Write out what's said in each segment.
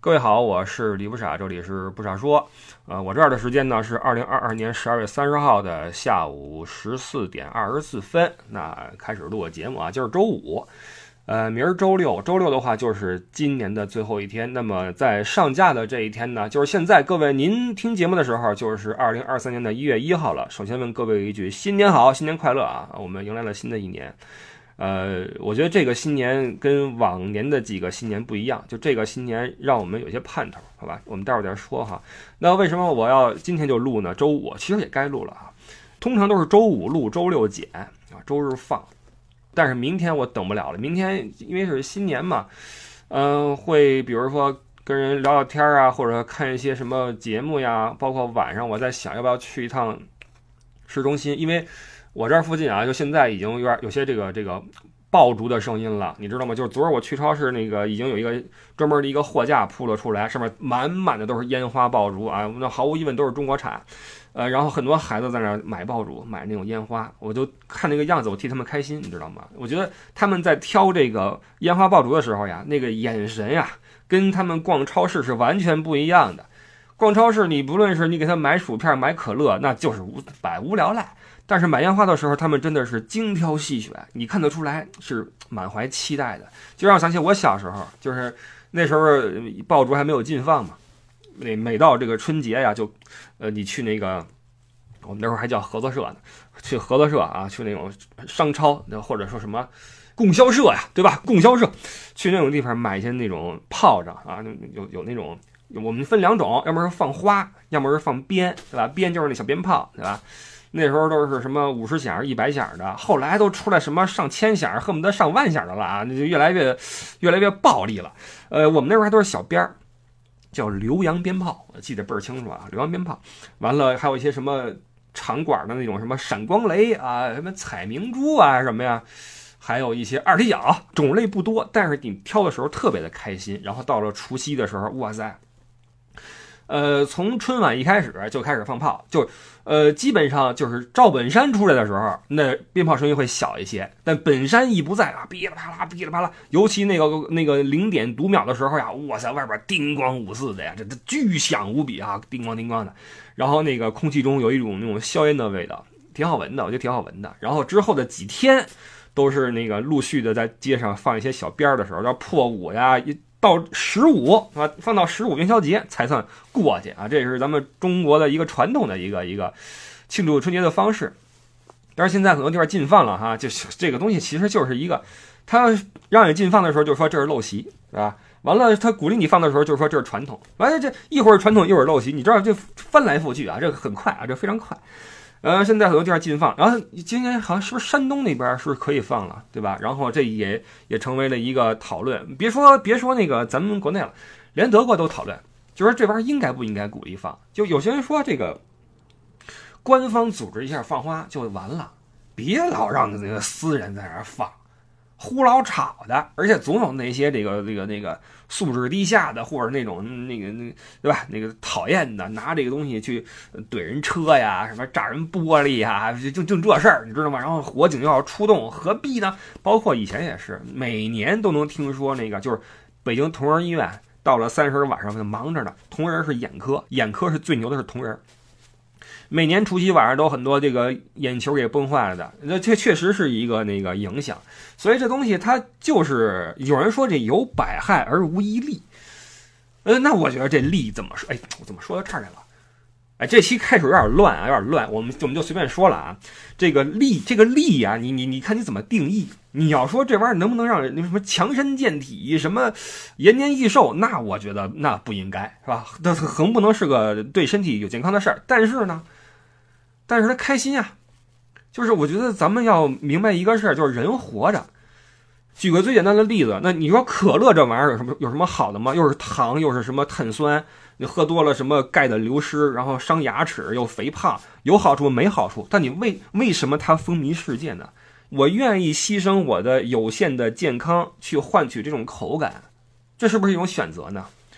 各位好，我是李不傻，这里是不傻说。我这儿的时间呢是2022年12月30号的下午14点24分。那开始录个节目啊，今儿周五，明儿周六，周六的话就是今年的最后一天。那么在上架的这一天呢，就是现在各位您听节目的时候，就是2023年的1月1号了。首先问各位一句，新年好，新年快乐啊！我们迎来了新的一年。我觉得这个新年跟往年的几个新年不一样，就这个新年让我们有些盼头，好吧？我们待会儿再说哈。那为什么我要今天就录呢？周五其实也该录了啊，通常都是周五录，周六剪啊，周日放。但是明天我等不了了，明天因为是新年嘛，会比如说跟人聊聊天啊，或者看一些什么节目呀，包括晚上我在想要不要去一趟市中心，因为我这儿附近啊，就现在已经有些这个爆竹的声音了，你知道吗？就是昨儿我去超市，那个已经有一个专门的一个货架铺了出来，上面满满的都是烟花爆竹啊，那毫无疑问都是中国产。然后很多孩子在那儿买爆竹，买那种烟花，我就看那个样子，我替他们开心，你知道吗？我觉得他们在挑这个烟花爆竹的时候呀，那个眼神呀，跟他们逛超市是完全不一样的。逛超市，你不论是你给他买薯片、买可乐，那就是百无聊赖。但是买烟花的时候，他们真的是精挑细选，你看得出来是满怀期待的。就让我想起我小时候，就是那时候爆竹还没有禁放嘛，每到这个春节呀，就你去那个我们那时候还叫合作社呢，去合作社啊，去那种商超或者说什么供销社呀，对吧？供销社去那种地方买一些那种炮仗啊，有那种我们分两种，要么是放花，要么是放鞭，对吧？鞭就是那小鞭炮，对吧？那时候都是什么50响、100响的，后来都出来什么上千响，恨不得上万响的了啊！那就越来越暴力了。我们那时候还都是小鞭儿，叫浏阳鞭炮，我记得倍儿清楚啊，浏阳鞭炮。完了还有一些什么长管的那种什么闪光雷啊，什么彩明珠啊什么呀，还有一些二踢脚，种类不多，但是你挑的时候特别的开心。然后到了除夕的时候，哇塞！从春晚一开始就开始放炮，基本上就是赵本山出来的时候，那鞭炮声音会小一些，但本山一不在啊，噼里啪啦噼里啪啦，尤其那个0点读秒的时候呀，哇塞，外边叮咣五四的呀，这巨响无比啊，叮咣叮咣的，然后那个空气中有一种那种硝烟的味道，挺好闻的，我觉得挺好闻的。然后之后的几天都是那个陆续的在街上放一些小鞭的时候，要破5呀。到15啊，放到15元宵节才算过去啊，这是咱们中国的一个传统的一个庆祝春节的方式。但是现在很多地方禁放了哈，就是这个东西其实就是一个，他让你禁放的时候就说这是陋习，是吧？完了他鼓励你放的时候就说这是传统，完了这一会儿传统一会儿陋习，你知道这翻来覆去啊，这个很快啊，这非常快。现在很多地方禁放，然后今年好像是不是山东那边是不是可以放了，对吧？然后这也成为了一个讨论。别说那个咱们国内了，连德国都讨论，就说这玩意儿应该不应该鼓励放。就有些人说这个官方组织一下放花就完了，别老让那个私人在那儿放，呼老吵的，而且总有那些这个素质低下的，或者那种对吧？那个讨厌的，拿这个东西去怼人车呀，什么炸人玻璃呀，就这事儿，你知道吗？然后火警又要出动，何必呢？包括以前也是，每年都能听说那个，就是北京同仁医院到了30晚上就忙着呢，同仁是眼科，眼科是最牛的是同仁。每年除夕晚上都很多这个眼球给崩坏了的，那这确实是一个影响。所以这东西它就是有人说这有百害而无一利，那我觉得这利怎么说？哎，我怎么说到这儿来了？哎，这期开始有点乱啊，有点乱，我们就随便说了啊。这个利啊，你看你怎么定义？你要说这玩意儿能不能让人什么强身健体，什么延年益寿，那我觉得那不应该，是吧？那很不能是个对身体有健康的事儿。但是他开心啊，就是我觉得咱们要明白一个事儿，就是人活着。举个最简单的例子，那你说可乐这玩意儿有什么好的吗？又是糖，又是什么碳酸，你喝多了什么钙的流失，然后伤牙齿又肥胖，有好处没好处？但你为什么它风靡世界呢？我愿意牺牲我的有限的健康去换取这种口感，这是不是一种选择呢？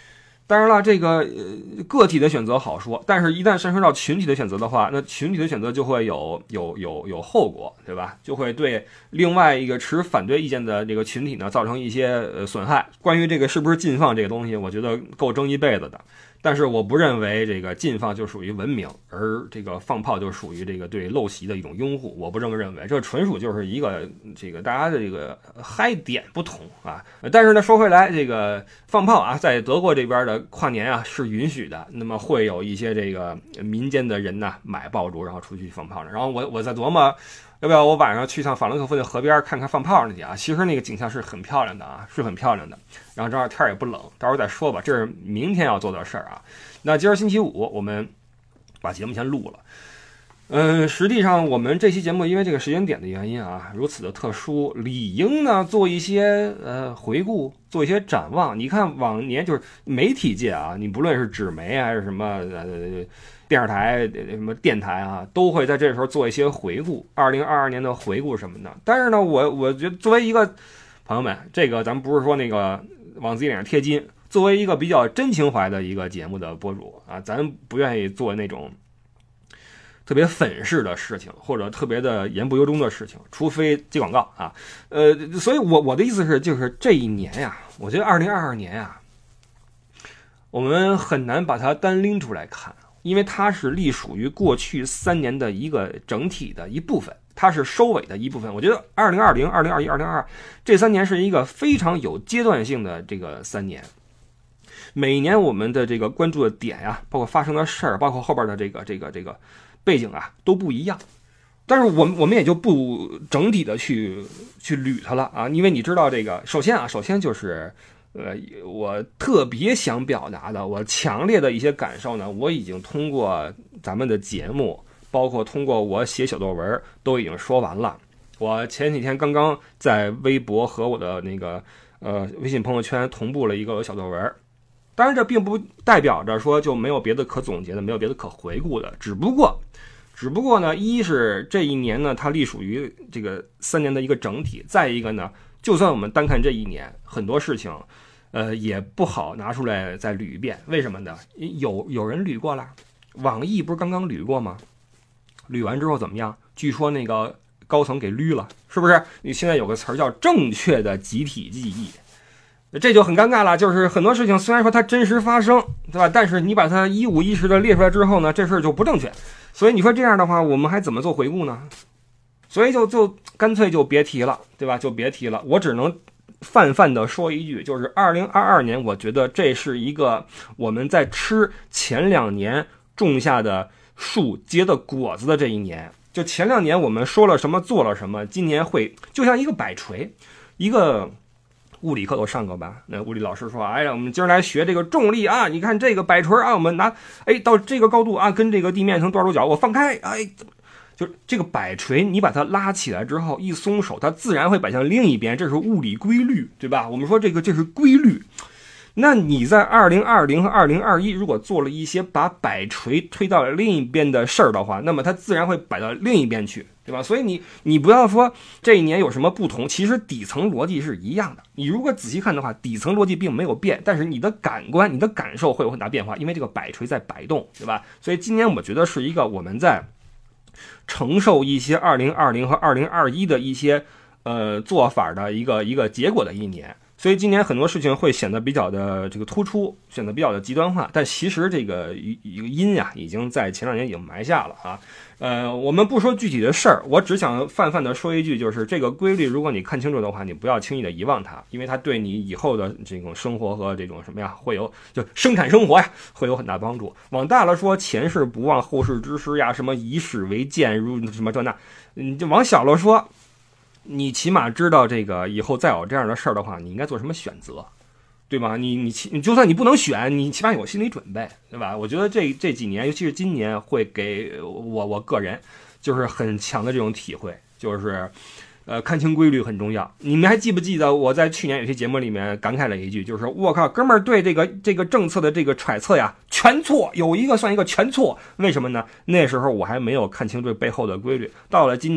当然了，这个个体的选择好说，但是一旦上升到群体的选择的话，那群体的选择就会有后果，对吧？就会对另外一个持反对意见的这个群体呢造成一些损害。关于这个是不是禁放这个东西，我觉得够争一辈子的。但是我不认为这个禁放就属于文明，而这个放炮就属于这个对陋习的一种拥护，我不这么认为，这纯属就是一个这个大家的这个嗨点不同啊。但是呢，说回来，这个放炮啊，在德国这边的跨年啊是允许的，那么会有一些这个民间的人呢买爆竹，然后出去放炮呢。然后我在琢磨，要不要我晚上去趟法兰克福的河边看看放炮那去啊？其实那个景象是很漂亮的啊，是很漂亮的。然后正好天也不冷，到时候再说吧，这是明天要做的事儿啊。那今儿星期五，我们把节目先录了。实际上我们这期节目因为这个时间点的原因啊，如此的特殊，理应呢做一些回顾，做一些展望。你看往年就是媒体界啊，你不论是纸媒还是什么电视台、什么电台啊，都会在这时候做一些回顾，2022年的回顾什么的。但是呢，我觉得作为一个朋友们，这个咱们不是说那个往自己脸上贴金，作为一个比较真情怀的一个节目的播主啊，咱不愿意做那种特别粉饰的事情，或者特别的言不由衷的事情，除非接广告啊。所以我的意思是，就是这一年呀，我觉得2022年呀，我们很难把它单拎出来看，因为它是隶属于过去3年的一个整体的一部分，它是收尾的一部分。我觉得2020、2021、2022这3年是一个非常有阶段性的这个3年。每年我们的这个关注的点呀，包括发生的事儿，包括后边的这个背景啊，都不一样。但是我们也就不整体的去捋它了啊，因为你知道这个，首先就是我特别想表达的，我强烈的一些感受呢，我已经通过咱们的节目，包括通过我写小作文都已经说完了。我前几天刚刚在微博和我的那个微信朋友圈同步了一个小作文。当然这并不代表着说就没有别的可总结的，没有别的可回顾的，只不过呢，一是这一年呢它隶属于这个3年的一个整体，再一个呢，就算我们单看这一年，很多事情也不好拿出来再捋一遍。为什么呢？有人捋过了，网易不是刚刚捋过吗？捋完之后怎么样？据说那个高层给捋了，是不是？你现在有个词儿叫正确的集体记忆，这就很尴尬了。就是很多事情虽然说它真实发生，对吧？但是你把它一五一十的列出来之后呢，这事儿就不正确。所以你说这样的话，我们还怎么做回顾呢？所以就干脆就别提了，对吧？就别提了。我只能泛的说一句，就是2022年，我觉得这是一个我们在吃前2年种下的树结的果子的这一年。就前2年我们说了什么做了什么，今年会就像一个摆锤，一个物理课都上过吧？那物理老师说，哎呀，我们今儿来学这个重力啊，你看这个摆锤啊，我们拿到这个高度啊，跟这个地面成多少度角，我放开，就这个摆锤，你把它拉起来之后，一松手，它自然会摆向另一边，这是物理规律，对吧？我们说这是规律。那你在2020和2021如果做了一些把摆锤推到另一边的事儿的话，那么它自然会摆到另一边去，对吧？所以你不要说这一年有什么不同，其实底层逻辑是一样的。你如果仔细看的话，底层逻辑并没有变，但是你的感官、你的感受会有很大变化，因为这个摆锤在摆动，对吧？所以今年我觉得是一个我们在承受一些2020和2021的一些做法的一个结果的一年。所以今年很多事情会显得比较的这个突出，显得比较的极端化，但其实这个一个因呀，已经在前2年已经埋下了啊。我们不说具体的事儿，我只想泛的说一句，就是这个规律，如果你看清楚的话，你不要轻易的遗忘它，因为它对你以后的这种生活和这种什么呀，会有就生产生活呀，会有很大帮助。往大了说，前事不忘后事之师呀，什么以史为鉴，如什么这那，就往小了说。你起码知道这个以后再有这样的事儿的话，你应该做什么选择，对吧？你就算你不能选，你起码有心理准备，对吧？我觉得这几年，尤其是今年，会给我个人就是很强的这种体会，就是看清规律很重要。你们还记不记得我在去年有些节目里面感慨了一句，就是我靠，哥们儿对这个政策的这个揣测呀，全错，有一个算一个全错。为什么呢？那时候我还没有看清这背后的规律，到了今年。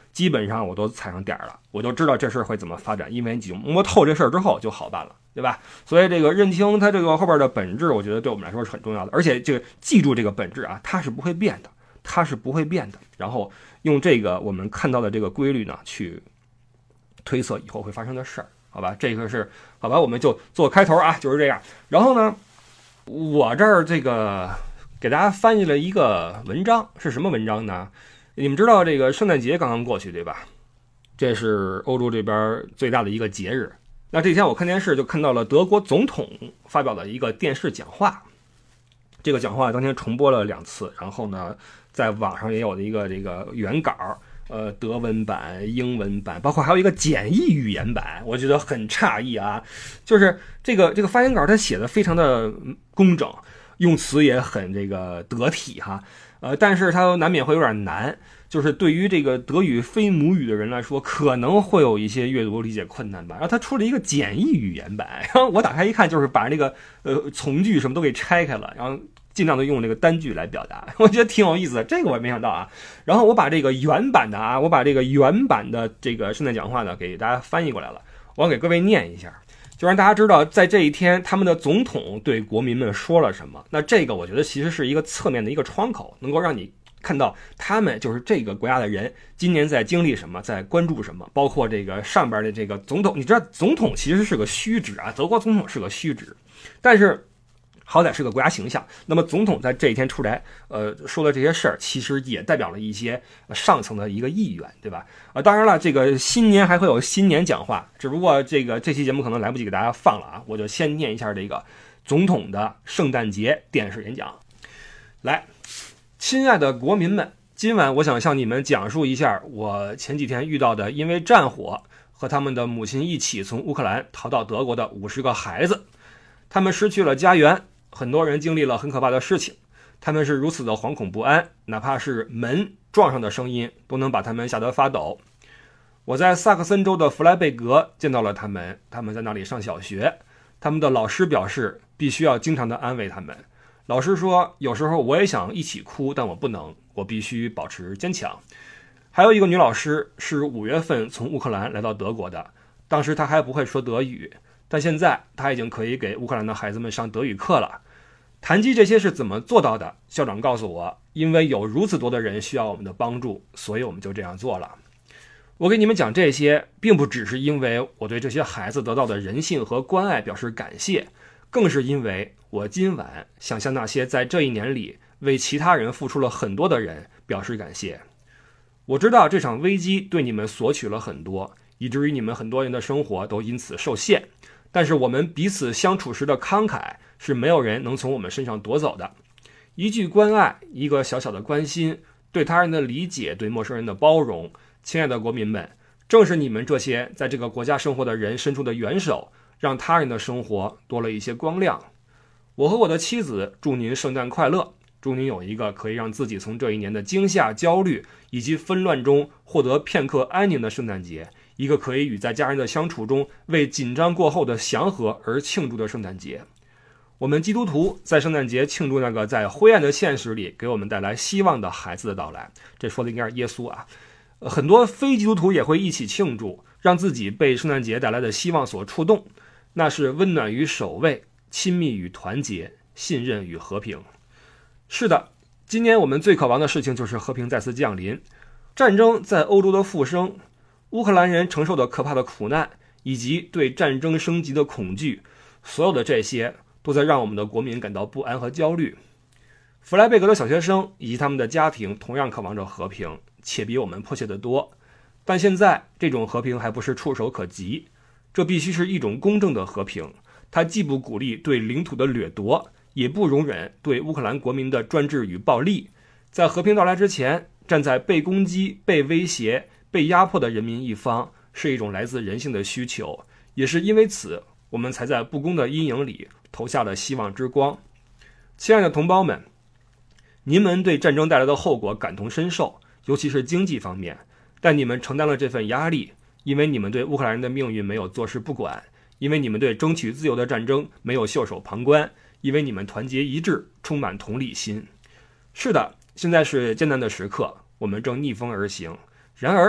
基本上我都踩上点了，我就知道这事儿会怎么发展，因为你摸透这事儿之后就好办了，对吧？所以这个认清它这个后边的本质，我觉得对我们来说是很重要的，而且这个记住这个本质啊，它是不会变的，它是不会变的。然后用这个我们看到的这个规律呢，去推测以后会发生的事儿，好吧？这个是好吧，我们就做开头啊，就是这样。然后呢，我这儿这个给大家翻译了一个文章，是什么文章呢？你们知道这个圣诞节刚刚过去，对吧？这是欧洲这边最大的一个节日。那这天我看电视就看到了德国总统发表的一个电视讲话，这个讲话当天重播了2次，然后呢，在网上也有的一个这个原稿，德文版、英文版，包括还有一个简易语言版，我觉得很诧异啊，就是这个发言稿它写的非常的工整，用词也很这个得体哈，但是它难免会有点难，就是对于这个德语非母语的人来说，可能会有一些阅读理解困难吧。然后他出了一个简易语言版，然后我打开一看，就是把那个从句什么都给拆开了，然后尽量的用这个单句来表达，我觉得挺有意思的，这个我也没想到啊。然后我把这个原版的这个圣诞讲话呢给大家翻译过来了，我要给各位念一下，就让大家知道在这一天他们的总统对国民们说了什么。那这个我觉得其实是一个侧面的一个窗口，能够让你看到他们就是这个国家的人今年在经历什么，在关注什么，包括这个上边的这个总统，你知道总统其实是个虚职啊，德国总统是个虚职，但是好歹是个国家形象。那么总统在这一天出来说的这些事儿，其实也代表了一些上层的一个意愿，对吧？当然了，这个新年还会有新年讲话，只不过这期节目可能来不及给大家放了啊，我就先念一下这个总统的圣诞节电视演讲。来，亲爱的国民们，今晚我想向你们讲述一下我前几天遇到的因为战火和他们的母亲一起从乌克兰逃到德国的50个孩子。他们失去了家园，很多人经历了很可怕的事情，他们是如此的惶恐不安，哪怕是门撞上的声音都能把他们吓得发抖。我在萨克森州的弗莱贝格见到了他们在那里上小学，他们的老师表示必须要经常的安慰他们。老师说，有时候我也想一起哭，但我不能，我必须保持坚强。还有一个女老师是5月份从乌克兰来到德国的，当时她还不会说德语，但现在她已经可以给乌克兰的孩子们上德语课了。谈及这些是怎么做到的，校长告诉我，因为有如此多的人需要我们的帮助，所以我们就这样做了。我给你们讲这些，并不只是因为我对这些孩子得到的人性和关爱表示感谢，更是因为我今晚想向那些在这一年里为其他人付出了很多的人表示感谢。我知道这场危机对你们索取了很多，以至于你们很多人的生活都因此受限，但是我们彼此相处时的慷慨是没有人能从我们身上夺走的。一句关爱，一个小小的关心，对他人的理解，对陌生人的包容，亲爱的国民们，正是你们这些在这个国家生活的人伸出的援手，让他人的生活多了一些光亮。我和我的妻子祝您圣诞快乐，祝您有一个可以让自己从这一年的惊吓、焦虑以及纷乱中获得片刻安宁的圣诞节，一个可以与在家人的相处中为紧张过后的祥和而庆祝的圣诞节。我们基督徒在圣诞节庆祝那个在灰暗的现实里给我们带来希望的孩子的到来，这说的应该是耶稣啊。很多非基督徒也会一起庆祝，让自己被圣诞节带来的希望所触动，那是温暖与守卫，亲密与团结，信任与和平。是的，今年我们最渴望的事情就是和平再次降临。战争在欧洲的复生，乌克兰人承受的可怕的苦难，以及对战争升级的恐惧，所有的这些都在让我们的国民感到不安和焦虑。弗莱贝格的小学生以及他们的家庭同样渴望着和平，且比我们迫切得多。但现在这种和平还不是触手可及，这必须是一种公正的和平，它既不鼓励对领土的掠夺，也不容忍对乌克兰国民的专制与暴力。在和平到来之前，站在被攻击、被威胁、被压迫的人民一方，是一种来自人性的需求，也是因为此，我们才在不公的阴影里投下了希望之光。亲爱的同胞们，您们对战争带来的后果感同身受，尤其是经济方面，但你们承担了这份压力，因为你们对乌克兰人的命运没有坐视不管，因为你们对争取自由的战争没有袖手旁观，因为你们团结一致，充满同理心。是的，现在是艰难的时刻，我们正逆风而行。然而，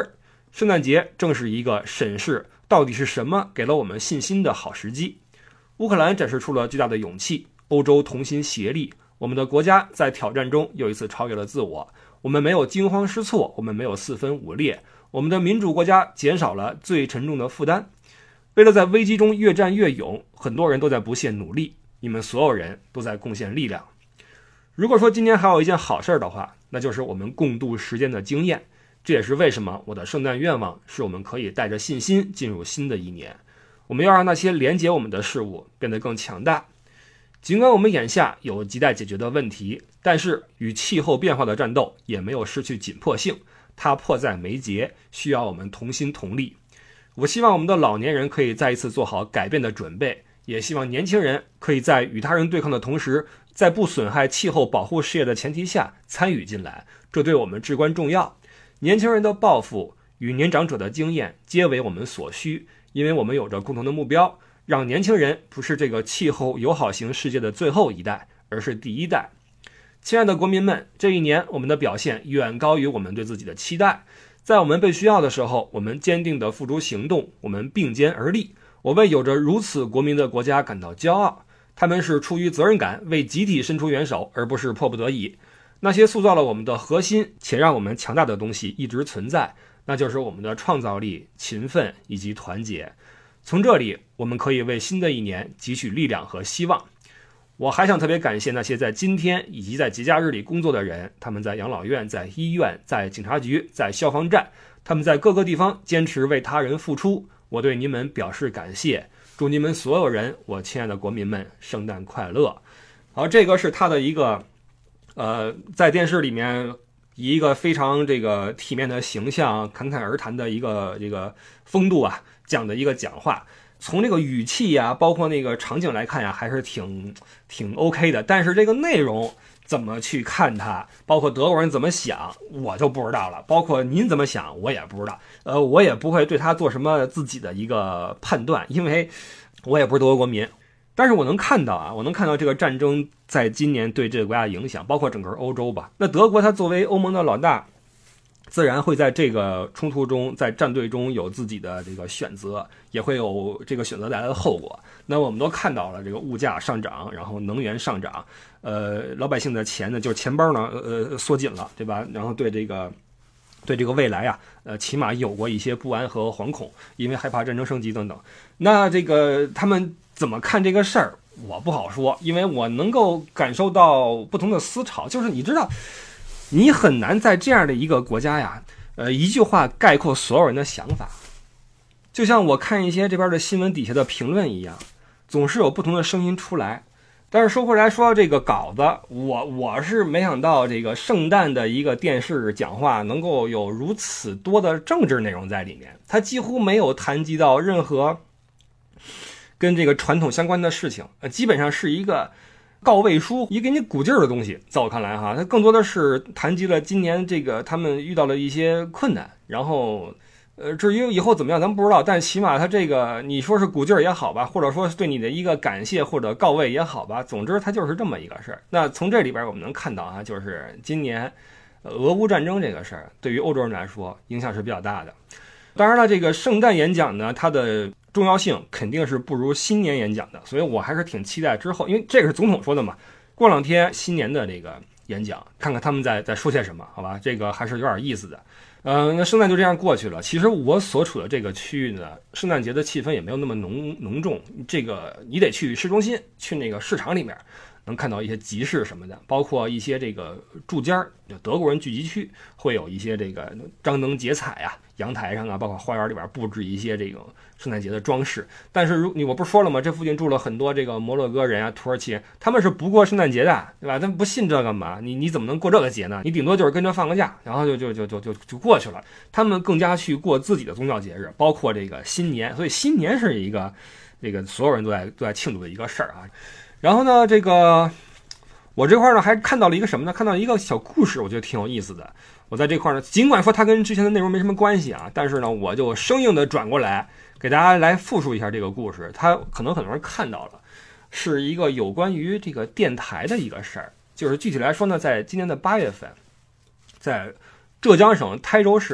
圣诞节正是一个审视到底是什么给了我们信心的好时机。乌克兰展示出了巨大的勇气，欧洲同心协力，我们的国家在挑战中又一次超越了自我。我们没有惊慌失措，我们没有四分五裂，我们的民主国家减少了最沉重的负担。为了在危机中越战越勇，很多人都在不懈努力，你们所有人都在贡献力量。如果说今年还有一件好事的话，那就是我们共度时间的经验。这也是为什么我的圣诞愿望是我们可以带着信心进入新的一年。我们要让那些连接我们的事物变得更强大。尽管我们眼下有亟待解决的问题，但是与气候变化的战斗也没有失去紧迫性，它迫在眉睫，需要我们同心同力。我希望我们的老年人可以再一次做好改变的准备，也希望年轻人可以在与他人对抗的同时，在不损害气候保护事业的前提下参与进来，这对我们至关重要。年轻人的抱负与年长者的经验皆为我们所需，因为我们有着共同的目标，让年轻人不是这个气候友好型世界的最后一代，而是第一代。亲爱的国民们，这一年我们的表现远高于我们对自己的期待。在我们被需要的时候，我们坚定地付诸行动，我们并肩而立。我为有着如此国民的国家感到骄傲，他们是出于责任感为集体伸出援手，而不是迫不得已。那些塑造了我们的核心且让我们强大的东西一直存在，那就是我们的创造力、勤奋以及团结。从这里我们可以为新的一年汲取力量和希望。我还想特别感谢那些在今天以及在节假日里工作的人，他们在养老院、在医院、在警察局、在消防站，他们在各个地方坚持为他人付出，我对你们表示感谢。祝你们所有人，我亲爱的国民们，圣诞快乐。好，这个是他的一个在电视里面以一个非常这个体面的形象、侃侃而谈的一个这个风度啊，讲的一个讲话。从这个语气呀，包括那个场景来看呀，还是挺 OK 的。但是这个内容怎么去看它，包括德国人怎么想，我就不知道了。包括您怎么想，我也不知道。我也不会对他做什么自己的一个判断，因为我也不是德国国民。但是我能看到这个战争在今年对这个国家的影响，包括整个欧洲吧。那德国它作为欧盟的老大，自然会在这个冲突中，在战队中有自己的这个选择，也会有这个选择带来的后果。那我们都看到了这个物价上涨，然后能源上涨，老百姓的钱呢，就是钱包呢，缩紧了，对吧？然后对这个未来啊，起码有过一些不安和惶恐，因为害怕战争升级等等。那这个他们怎么看这个事儿，我不好说，因为我能够感受到不同的思潮。就是你知道，你很难在这样的一个国家呀，一句话概括所有人的想法。就像我看一些这边的新闻底下的评论一样，总是有不同的声音出来。但是说回来说这个稿子，我是没想到这个圣诞的一个电视讲话能够有如此多的政治内容在里面，它几乎没有谈及到任何跟这个传统相关的事情，基本上是一个告慰书，一个给你鼓劲儿的东西。在我看来哈，它更多的是谈及了今年这个他们遇到了一些困难，然后至于以后怎么样咱们不知道，但起码它这个你说是鼓劲儿也好吧，或者说对你的一个感谢或者告慰也好吧，总之它就是这么一个事儿。那从这里边我们能看到啊，就是今年俄乌战争这个事儿对于欧洲人来说影响是比较大的。当然了，这个圣诞演讲呢，它的重要性肯定是不如新年演讲的，所以我还是挺期待之后，因为这个是总统说的嘛，过两天新年的这个演讲，看看他们在说些什么，好吧？这个还是有点意思的。那圣诞就这样过去了。其实我所处的这个区域呢，圣诞节的气氛也没有那么浓重。这个你得去市中心，去那个市场里面，能看到一些集市什么的，包括一些这个住家，就德国人聚集区，会有一些这个张灯结彩啊，阳台上啊，包括花园里边布置一些这种圣诞节的装饰。但是我不是说了吗？这附近住了很多这个摩洛哥人啊、土耳其人，他们是不过圣诞节的，对吧？他们不信这个嘛，你怎么能过这个节呢？你顶多就是跟着放个假，然后就过去了。他们更加去过自己的宗教节日，包括这个新年，所以新年是一个这个所有人都在庆祝的一个事儿啊。然后呢，这个我这块呢还看到了一个什么呢？看到一个小故事，我觉得挺有意思的。我在这块呢，尽管说它跟之前的内容没什么关系啊，但是呢，我就生硬的转过来给大家来复述一下这个故事。它可能很多人看到了，是一个有关于这个电台的一个事儿。就是具体来说呢，在今年的8月份，在浙江省台州市，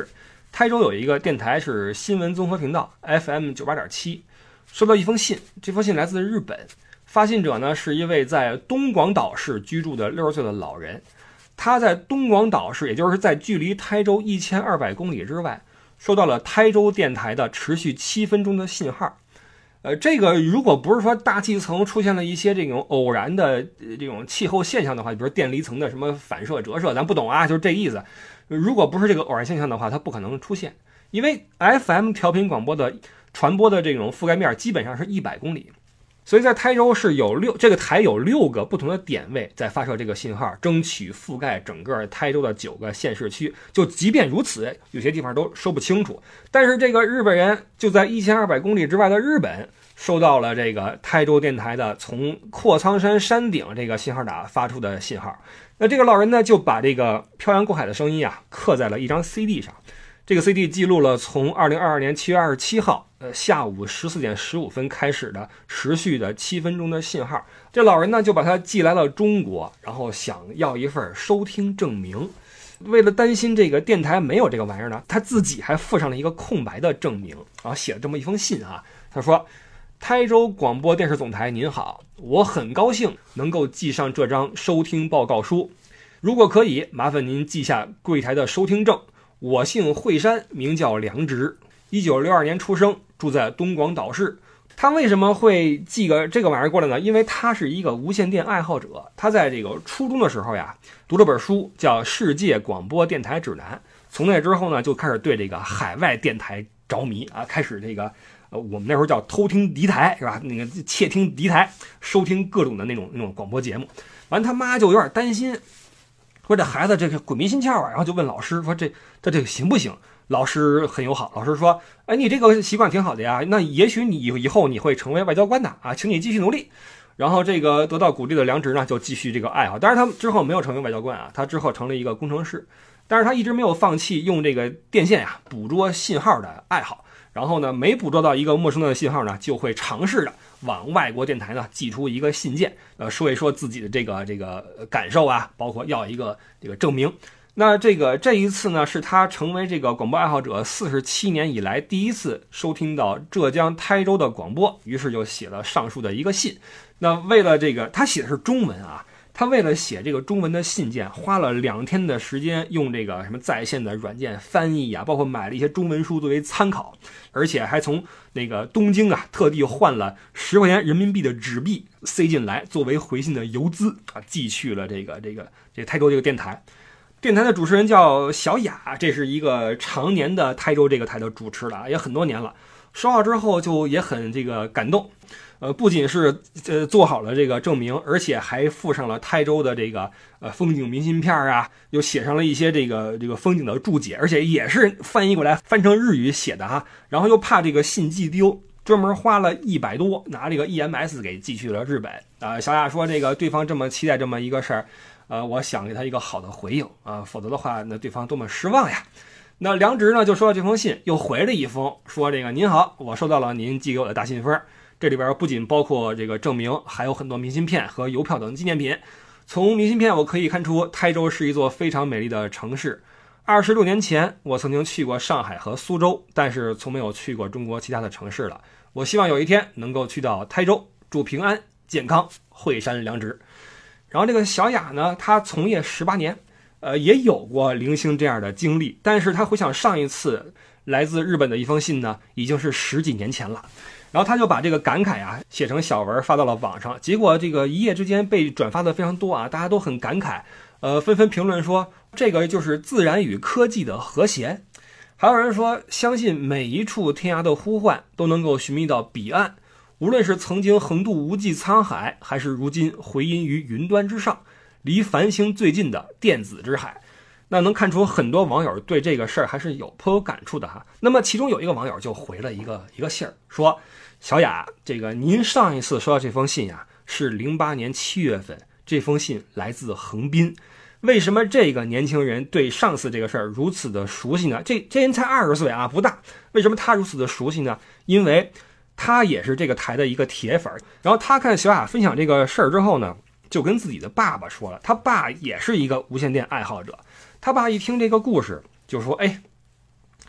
台州有一个电台是新闻综合频道 FM 98.7，收到一封信，这封信来自日本，发信者呢是一位在东广岛市居住的60岁的老人。他在东广岛市，也就是在距离台州1200公里之外，收到了台州电台的持续7分钟的信号。这个如果不是说大气层出现了一些这种偶然的这种气候现象的话，比如电离层的什么反射折射，咱不懂啊，就是这意思。如果不是这个偶然现象的话，它不可能出现，因为 FM 调频广播的传播的这种覆盖面基本上是100公里。所以在台州是这个台有6个不同的点位在发射这个信号，争取覆盖整个台州的9个县市区。就即便如此，有些地方都说不清楚。但是这个日本人就在1200公里之外的日本收到了这个台州电台的从阔苍山山顶这个信号塔发出的信号。那这个老人呢，就把这个漂洋过海的声音啊刻在了一张 CD 上。这个 CD 记录了从2022年7月27号下午14点15分开始的持续的7分钟的信号。这老人呢就把它寄来了中国，然后想要一份收听证明。为了担心这个电台没有这个玩意儿呢，他自己还附上了一个空白的证明，然后写了这么一封信啊。他说：台州广播电视总台您好，我很高兴能够寄上这张收听报告书，如果可以麻烦您记下柜台的收听证。我姓惠山，名叫梁植，1962年出生，住在东广岛市。他为什么会寄个这个玩意儿过来呢？因为他是一个无线电爱好者。他在这个初中的时候呀，读了本书叫《世界广播电台指南》，从那之后呢，就开始对这个海外电台着迷啊，开始这个我们那时候叫偷听敌台是吧？那个窃听敌台，收听各种的那种广播节目。完，他妈就有点担心。说这孩子这个鬼迷心窍啊，然后就问老师说这个行不行？老师很友好，老师说，哎，你这个习惯挺好的呀，那也许你以后你会成为外交官的啊，请你继续努力。然后这个得到鼓励的梁植呢，就继续这个爱好。但是他之后没有成为外交官啊，他之后成了一个工程师。但是他一直没有放弃用这个电线呀捕捉信号的爱好。然后呢，每捕捉到一个陌生的信号呢，就会尝试的往外国电台呢寄出一个信件，说一说自己的这个感受啊，包括要一个这个证明。那这一次呢，是他成为这个广播爱好者47年以来第一次收听到浙江台州的广播，于是就写了上述的一个信。那为了这个，他写的是中文啊。他为了写这个中文的信件，花了2天的时间，用这个什么在线的软件翻译啊，包括买了一些中文书作为参考，而且还从那个东京啊特地换了10块钱人民币的纸币塞进来，作为回信的邮资啊，寄去了这个台州这个电台。电台的主持人叫小雅，这是一个常年的台州这个台的主持了，也很多年了。收到之后就也很这个感动。不仅是做好了这个证明，而且还附上了台州的这个风景明信片啊，又写上了一些这个风景的注解，而且也是翻译过来翻成日语写的哈。然后又怕这个信寄丢，专门花了100多拿这个 EMS 给寄去了日本啊。小雅说这个对方这么期待这么一个事儿，我想给他一个好的回应啊，否则的话那对方多么失望呀。那梁植呢就收到这封信，又回了一封，说这个您好，我收到了您寄给我的大信封。这里边不仅包括这个证明，还有很多明信片和邮票等纪念品。从明信片我可以看出，台州是一座非常美丽的城市。26年前，我曾经去过上海和苏州，但是从没有去过中国其他的城市了。我希望有一天能够去到台州，祝平安健康，惠山梁植。然后这个小雅呢，她从业18年，也有过零星这样的经历，但是她回想上一次来自日本的一封信呢，已经是10几年前了。然后他就把这个感慨啊写成小文发到了网上，结果这个一夜之间被转发的非常多啊，大家都很感慨，纷纷评论说这个就是自然与科技的和谐。还有人说相信每一处天涯的呼唤都能够寻觅到彼岸，无论是曾经横渡无际沧海，还是如今回音于云端之上，离繁星最近的电子之海。那能看出很多网友对这个事儿还是颇有感触的哈。那么其中有一个网友就回了一个信儿，说小雅，这个您上一次收到这封信呀，是08年7月份，这封信来自横滨。为什么这个年轻人对上次这个事儿如此的熟悉呢？这人才20岁啊，不大。为什么他如此的熟悉呢？因为他也是这个台的一个铁粉。然后他看小雅分享这个事儿之后呢，就跟自己的爸爸说了，他爸也是一个无线电爱好者。他爸一听这个故事就说，哎，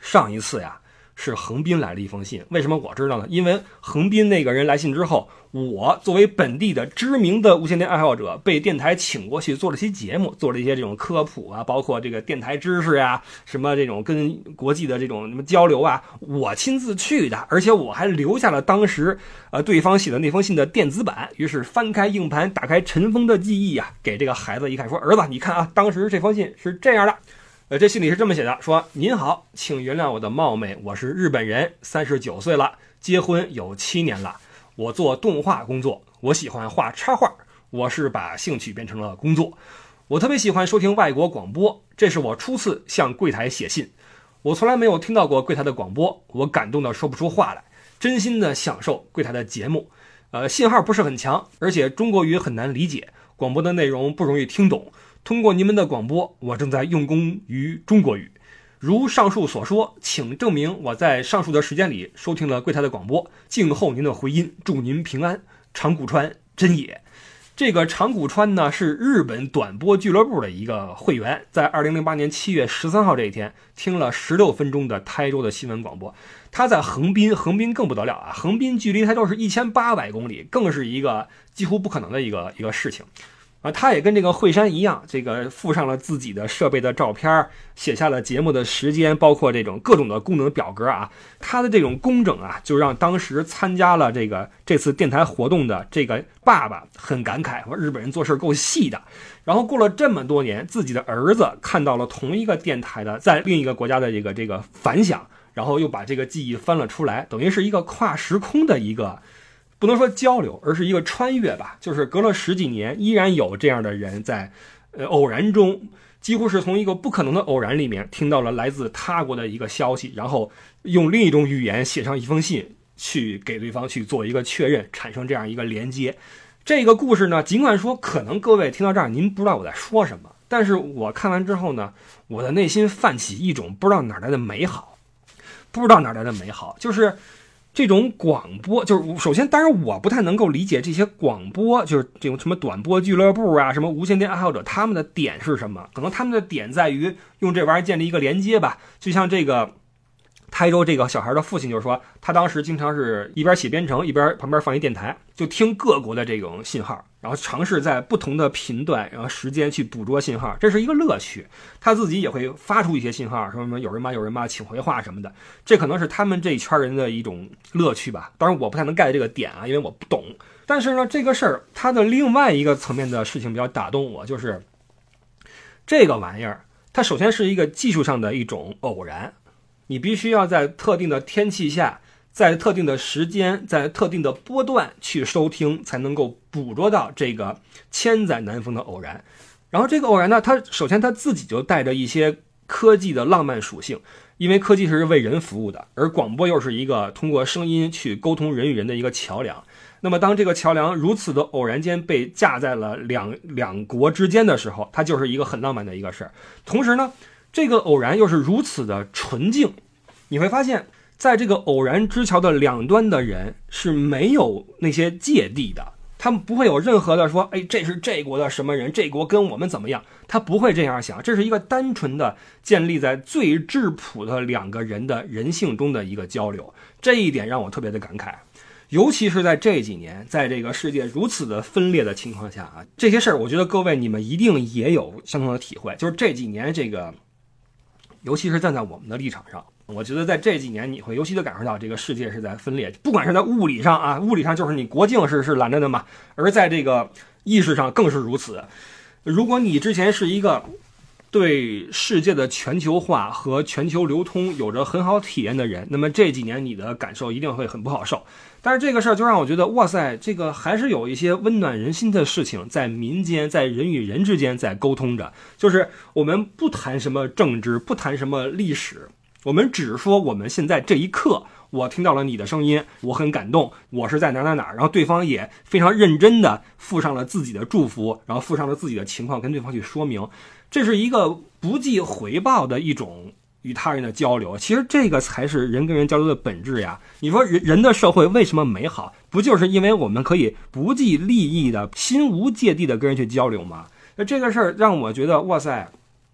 上一次呀是横滨来了一封信。为什么我知道呢？因为横滨那个人来信之后，我作为本地的知名的无线电爱好者，被电台请过去做了期节目，做了一些这种科普啊，包括这个电台知识啊，什么这种跟国际的这种什么交流啊，我亲自去的，而且我还留下了当时对方写的那封信的电子版。于是翻开硬盘，打开尘封的记忆啊，给这个孩子一看，说儿子，你看啊，当时这封信是这样的。这信里是这么写的，说您好，请原谅我的冒昧，我是日本人，39岁了，结婚有7年了，我做动画工作，我喜欢画插画，我是把兴趣变成了工作，我特别喜欢收听外国广播，这是我初次向柜台写信，我从来没有听到过柜台的广播，我感动的说不出话来，真心的享受柜台的节目，信号不是很强，而且中国语很难理解，广播的内容不容易听懂，通过你们的广播，我正在用功于中国语。如上述所说，请证明我在上述的时间里收听了柜台的广播，静候您的回音，祝您平安。长谷川真野。这个长谷川呢是日本短波俱乐部的一个会员，在2008年7月13号这一天听了16分钟的台州的新闻广播。他在横滨更不得了啊，横滨距离台州是1800公里，更是一个几乎不可能的一个事情。他也跟这个惠山一样，这个附上了自己的设备的照片，写下了节目的时间，包括这种各种的功能表格啊。他的这种工整啊，就让当时参加了这次电台活动的这个爸爸很感慨，说日本人做事够细的。然后过了这么多年，自己的儿子看到了同一个电台的在另一个国家的这个反响，然后又把这个记忆翻了出来，等于是一个跨时空的一个。不能说交流，而是一个穿越吧，就是隔了10几年，依然有这样的人在偶然中，几乎是从一个不可能的偶然里面听到了来自他国的一个消息，然后用另一种语言写上一封信去给对方去做一个确认，产生这样一个连接。这个故事呢，尽管说可能各位听到这儿您不知道我在说什么，但是我看完之后呢，我的内心泛起一种不知道哪来的美好，就是这种广播，就是首先当然我不太能够理解这些广播，就是这种什么短波俱乐部啊，什么无线电爱好者，他们的点是什么？可能他们的点在于用这玩意儿建立一个连接吧。就像这个台州这个小孩的父亲就说，他当时经常是一边写编程一边旁边放一电台，就听各国的这种信号，然后尝试在不同的频段然后时间去捕捉信号，这是一个乐趣。他自己也会发出一些信号，什么有人骂请回话什么的，这可能是他们这一圈人的一种乐趣吧。当然我不太能 get 这个点啊，因为我不懂。但是呢，这个事儿它的另外一个层面的事情比较打动我，就是这个玩意儿它首先是一个技术上的一种偶然，你必须要在特定的天气下，在特定的时间，在特定的波段去收听，才能够捕捉到这个千载难逢的偶然。然后这个偶然呢，它首先它自己就带着一些科技的浪漫属性，因为科技是为人服务的，而广播又是一个通过声音去沟通人与人的一个桥梁。那么当这个桥梁如此的偶然间被架在了两国之间的时候，它就是一个很浪漫的一个事儿。同时呢，这个偶然又是如此的纯净，你会发现在这个偶然之桥的两端的人是没有那些芥蒂的，他们不会有任何的说，哎，这是这国的什么人，这国跟我们怎么样，他不会这样想。这是一个单纯的建立在最质朴的两个人的人性中的一个交流，这一点让我特别的感慨。尤其是在这几年，在这个世界如此的分裂的情况下啊，这些事儿我觉得各位你们一定也有相同的体会，就是这几年这个尤其是站在我们的立场上，我觉得在这几年你会尤其的感受到这个世界是在分裂，不管是在物理上啊，物理上就是你国境是拦着的嘛，而在这个意识上更是如此。如果你之前是一个对世界的全球化和全球流通有着很好体验的人，那么这几年你的感受一定会很不好受。但是这个事儿就让我觉得，哇塞，这个还是有一些温暖人心的事情在民间，在人与人之间在沟通着。就是我们不谈什么政治，不谈什么历史，我们只说我们现在这一刻，我听到了你的声音，我很感动，我是在哪，然后对方也非常认真的附上了自己的祝福，然后附上了自己的情况跟对方去说明，这是一个不计回报的一种与他人的交流。其实这个才是人跟人交流的本质呀。你说人的社会为什么美好，不就是因为我们可以不计利益的心无芥蒂的跟人去交流吗？那这个事儿让我觉得，哇塞，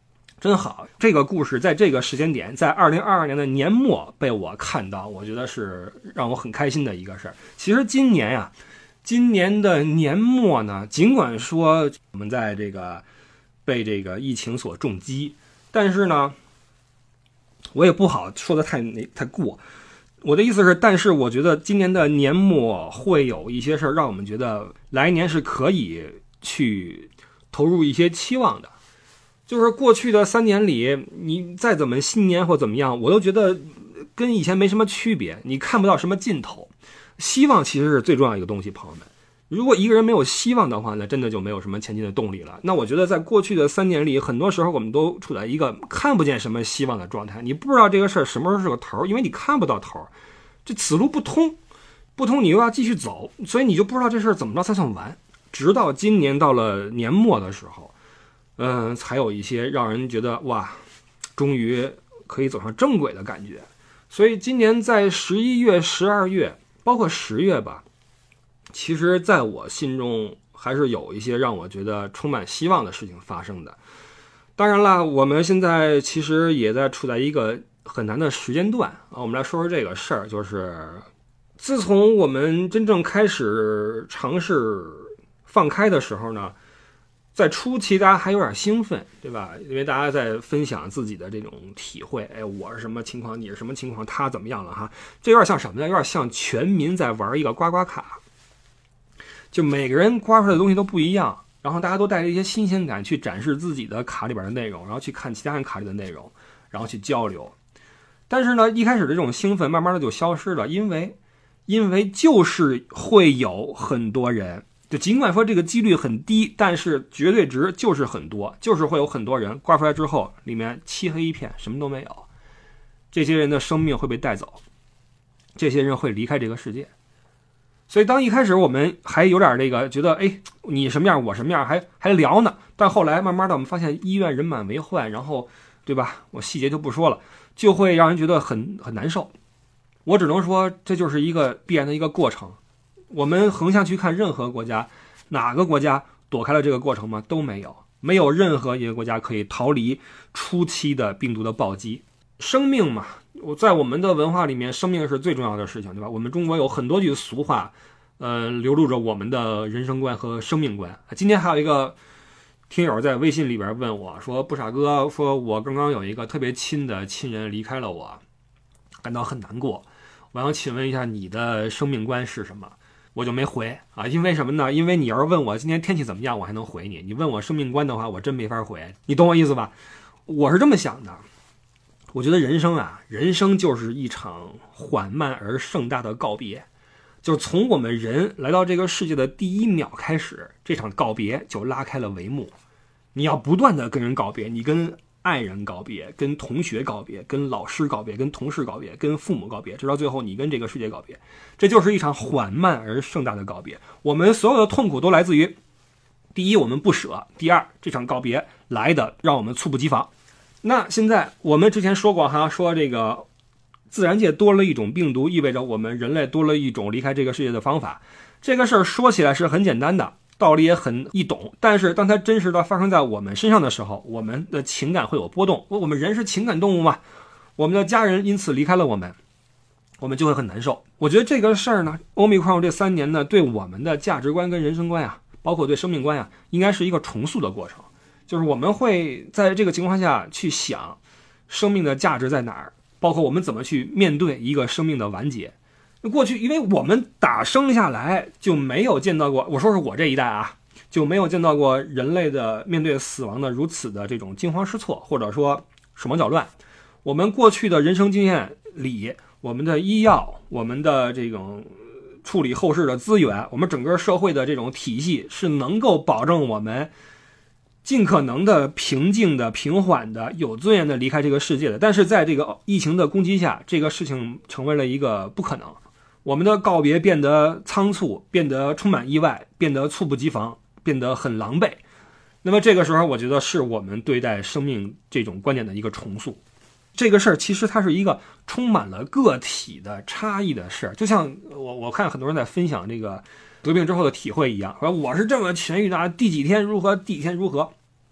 真好，这个故事在这个时间点，在2022年的年末被我看到，我觉得是让我很开心的一个事儿。其实今年的年末呢，尽管说我们在这个被这个疫情所重击，但是呢，我也不好说的太过。我的意思是，但是我觉得今年的年末会有一些事儿，让我们觉得来年是可以去投入一些期望的。就是过去的3年里，你再怎么新年或怎么样，我都觉得跟以前没什么区别，你看不到什么尽头。希望其实是最重要一个东西，朋友们。如果一个人没有希望的话呢，真的就没有什么前进的动力了。那我觉得在过去的3年里，很多时候我们都处在一个看不见什么希望的状态，你不知道这个事儿什么时候是个头，因为你看不到头，这此路不通你又要继续走，所以你就不知道这事儿怎么着才算完。直到今年到了年末的时候，才有一些让人觉得哇，终于可以走上正轨的感觉。所以今年在11月、12月，包括10月吧，其实在我心中还是有一些让我觉得充满希望的事情发生的。当然了，我们现在其实也在处在一个很难的时间段啊。我们来说说这个事儿，就是自从我们真正开始尝试放开的时候呢，在初期大家还有点兴奋，对吧？因为大家在分享自己的这种体会，我是什么情况，你是什么情况，他怎么样了哈？这有点像什么呢？有点像全民在玩一个刮刮卡，就每个人刮出来的东西都不一样，然后大家都带着一些新鲜感去展示自己的卡里边的内容，然后去看其他人卡里的内容，然后去交流。但是呢，一开始的这种兴奋慢慢的就消失了，因为就是会有很多人，就尽管说这个几率很低，但是绝对值就是很多，就是会有很多人刮出来之后里面漆黑一片，什么都没有。这些人的生命会被带走，这些人会离开这个世界。所以当一开始我们还有点那个觉得你什么样我什么样还聊呢，但后来慢慢的我们发现医院人满为患，然后对吧，我细节就不说了，就会让人觉得很难受。我只能说这就是一个必然的一个过程。我们横向去看任何国家，哪个国家躲开了这个过程吗？都没有任何一个国家可以逃离初期的病毒的暴击。生命嘛，在我们的文化里面，生命是最重要的事情，对吧？我们中国有很多句俗话，流露着我们的人生观和生命观。今天还有一个听友在微信里边问我说，不傻哥，说我刚刚有一个特别亲的亲人离开了我，感到很难过，我想请问一下你的生命观是什么？我就没回啊，因为什么呢？因为你要是问我今天天气怎么样，我还能回你；你问我生命观的话，我真没法回。你懂我意思吧？我是这么想的，我觉得人生就是一场缓慢而盛大的告别，就是从我们人来到这个世界的第一秒开始，这场告别就拉开了帷幕。你要不断的跟人告别，你跟爱人告别，跟同学告别，跟老师告别，跟同事告别，跟父母告别，直到最后你跟这个世界告别。这就是一场缓慢而盛大的告别。我们所有的痛苦都来自于，第一，我们不舍；第二，这场告别来的让我们猝不及防。那现在我们之前说过哈，说这个自然界多了一种病毒，意味着我们人类多了一种离开这个世界的方法。这个事儿说起来是很简单的，道理也很易懂，但是当它真实的发生在我们身上的时候，我们的情感会有波动。我们人是情感动物嘛，我们的家人因此离开了我们，我们就会很难受。我觉得这个事儿呢，Omicron这3年呢，对我们的价值观跟人生观啊，包括对生命观啊，应该是一个重塑的过程。就是我们会在这个情况下去想生命的价值在哪儿，包括我们怎么去面对一个生命的完结。过去因为我们打生下来就没有见到过，我说是我这一代啊，就没有见到过人类的面对死亡的如此的这种惊慌失措，或者说手忙脚乱。我们过去的人生经验里，我们的医药，我们的这种处理后事的资源，我们整个社会的这种体系是能够保证我们尽可能的平静的、平缓的、有尊严的离开这个世界的。但是在这个疫情的攻击下，这个事情成为了一个不可能。我们的告别变得仓促，变得充满意外，变得猝不及防，变得很狼狈。那么这个时候，我觉得是我们对待生命这种观点的一个重塑。这个事儿其实它是一个充满了个体的差异的事儿，就像我看很多人在分享这个得病之后的体会一样，说我是这么痊愈的，第几天如何，第几天如何。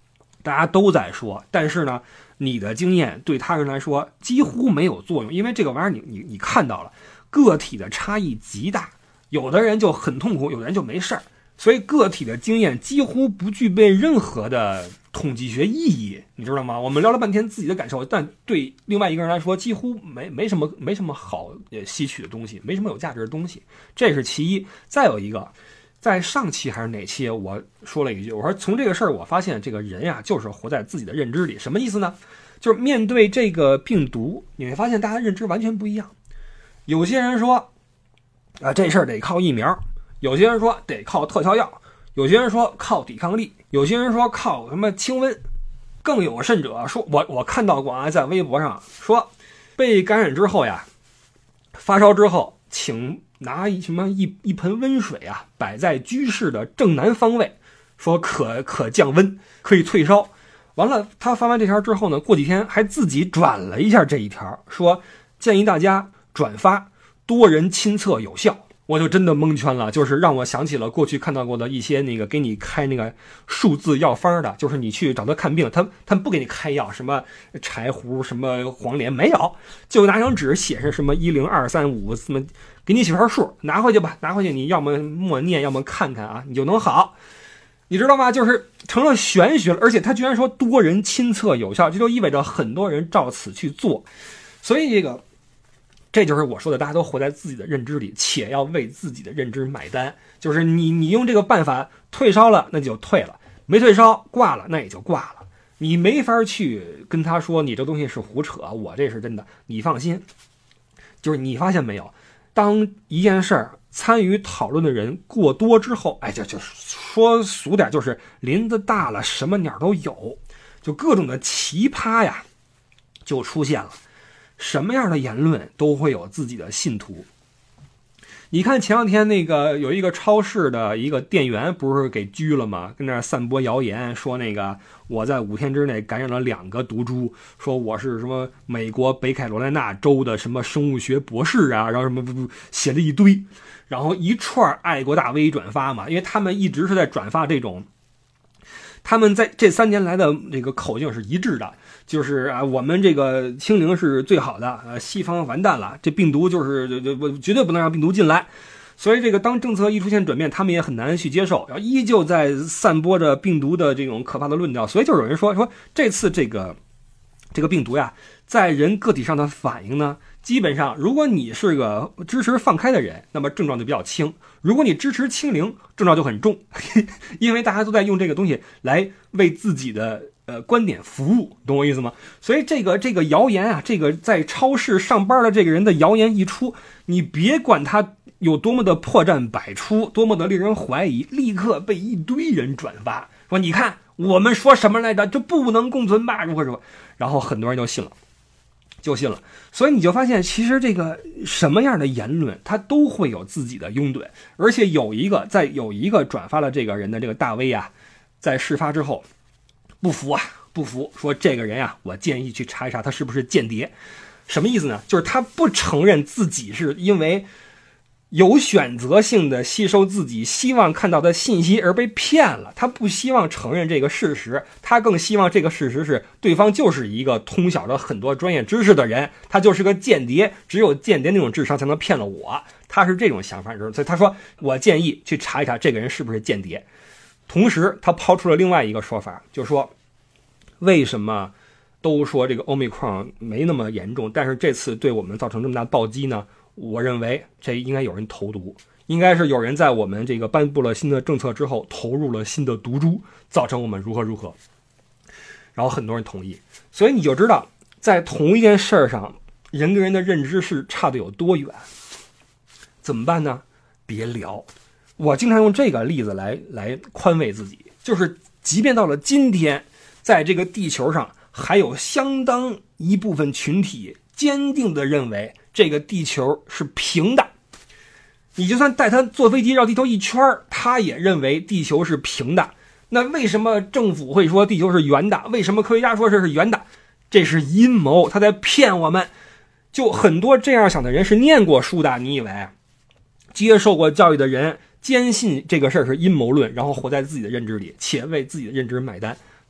大家都在说，但是呢，你的经验对他人来说几乎没有作用，因为这个玩意儿你看到了，个体的差异极大，有的人就很痛苦，有的人就没事儿，所以个体的经验几乎不具备任何的统计学意义，你知道吗？我们聊了半天自己的感受，但对另外一个人来说，几乎没什么好吸取的东西，没什么有价值的东西，这是其一。再有一个，在上期还是哪期我说了一句，我说从这个事儿我发现这个人呀，就是活在自己的认知里。什么意思呢？就是面对这个病毒，你会发现大家认知完全不一样。有些人说这事儿得靠疫苗，有些人说得靠特效药，有些人说靠抵抗力，有些人说靠什么清温，更有甚者说，我看到过在微博上说，被感染之后呀，发烧之后，请拿一盆温水啊，摆在居室的正南方位，说可降温，可以退烧。完了，他发完这条之后呢，过几天还自己转了一下这一条，说建议大家转发，多人亲测有效。我就真的蒙圈了，就是让我想起了过去看到过的一些那个给你开那个数字药方的，就是你去找他看病，他们不给你开药，什么柴胡什么黄连没有，就拿张纸写上什么10235，什么给你写条数，拿回去吧，拿回去你要么默念，要么看看啊，你就能好，你知道吗？就是成了玄学了，而且他居然说多人亲测有效，这就意味着很多人照此去做，所以这就是我说的，大家都活在自己的认知里，且要为自己的认知买单。就是你用这个办法退烧了，那就退了；没退烧挂了，那也就挂了。你没法去跟他说你这东西是胡扯，我这是真的。你放心，就是你发现没有，当一件事儿参与讨论的人过多之后，就说俗点，就是林子大了，什么鸟都有，就各种的奇葩呀，就出现了。什么样的言论都会有自己的信徒。你看前两天那个有一个超市的一个店员不是给拘了吗？跟那散播谣言，说那个我在5天之内感染了2个毒株，说我是什么美国北卡罗来纳州的什么生物学博士啊，然后什么写了一堆，然后一串爱国大 V 转发嘛，因为他们一直是在转发这种，他们在这3年来的这个口径是一致的，就是我们这个清零是最好的，西方完蛋了，这病毒就是绝对不能让病毒进来。所以这个当政策一出现转变，他们也很难去接受，然后依旧在散播着病毒的这种可怕的论调。所以就有人说这次这个病毒呀，在人个体上的反应呢，基本上如果你是个支持放开的人，那么症状就比较轻，如果你支持清零，症状就很重因为大家都在用这个东西来为自己的观点服务，懂我意思吗？所以这个谣言啊，这个在超市上班的这个人的谣言一出，你别管他有多么的破绽百出，多么的令人怀疑，立刻被一堆人转发，说你看我们说什么来着，这不能共存吧，如何如何，然后很多人就信了。所以你就发现其实这个什么样的言论它都会有自己的拥趸，而且有一个转发了这个人的这个大 V 啊，在事发之后不服，说这个人啊，我建议去查一查他是不是间谍。什么意思呢？就是他不承认自己是因为有选择性的吸收自己希望看到的信息而被骗了，他不希望承认这个事实，他更希望这个事实是对方就是一个通晓着很多专业知识的人，他就是个间谍，只有间谍那种智商才能骗了我，他是这种想法。所以他说我建议去查一查这个人是不是间谍。同时他抛出了另外一个说法，就是说为什么都说这个 Omicron 没那么严重，但是这次对我们造成这么大暴击呢？我认为这应该有人投毒，应该是有人在我们这个颁布了新的政策之后投入了新的毒株，造成我们如何，然后很多人同意。所以你就知道在同一件事儿上人跟人的认知是差的有多远。怎么办呢？别聊。我经常用这个例子来宽慰自己，就是即便到了今天，在这个地球上还有相当一部分群体坚定地认为这个地球是平的，你就算带他坐飞机绕地球一圈，他也认为地球是平的。那为什么政府会说地球是圆的？为什么科学家说这是圆的？这是阴谋，他在骗我们。就很多这样想的人是念过书的，你以为接受过教育的人坚信这个事儿是阴谋论，然后活在自己的认知里，且为自己的认知买单。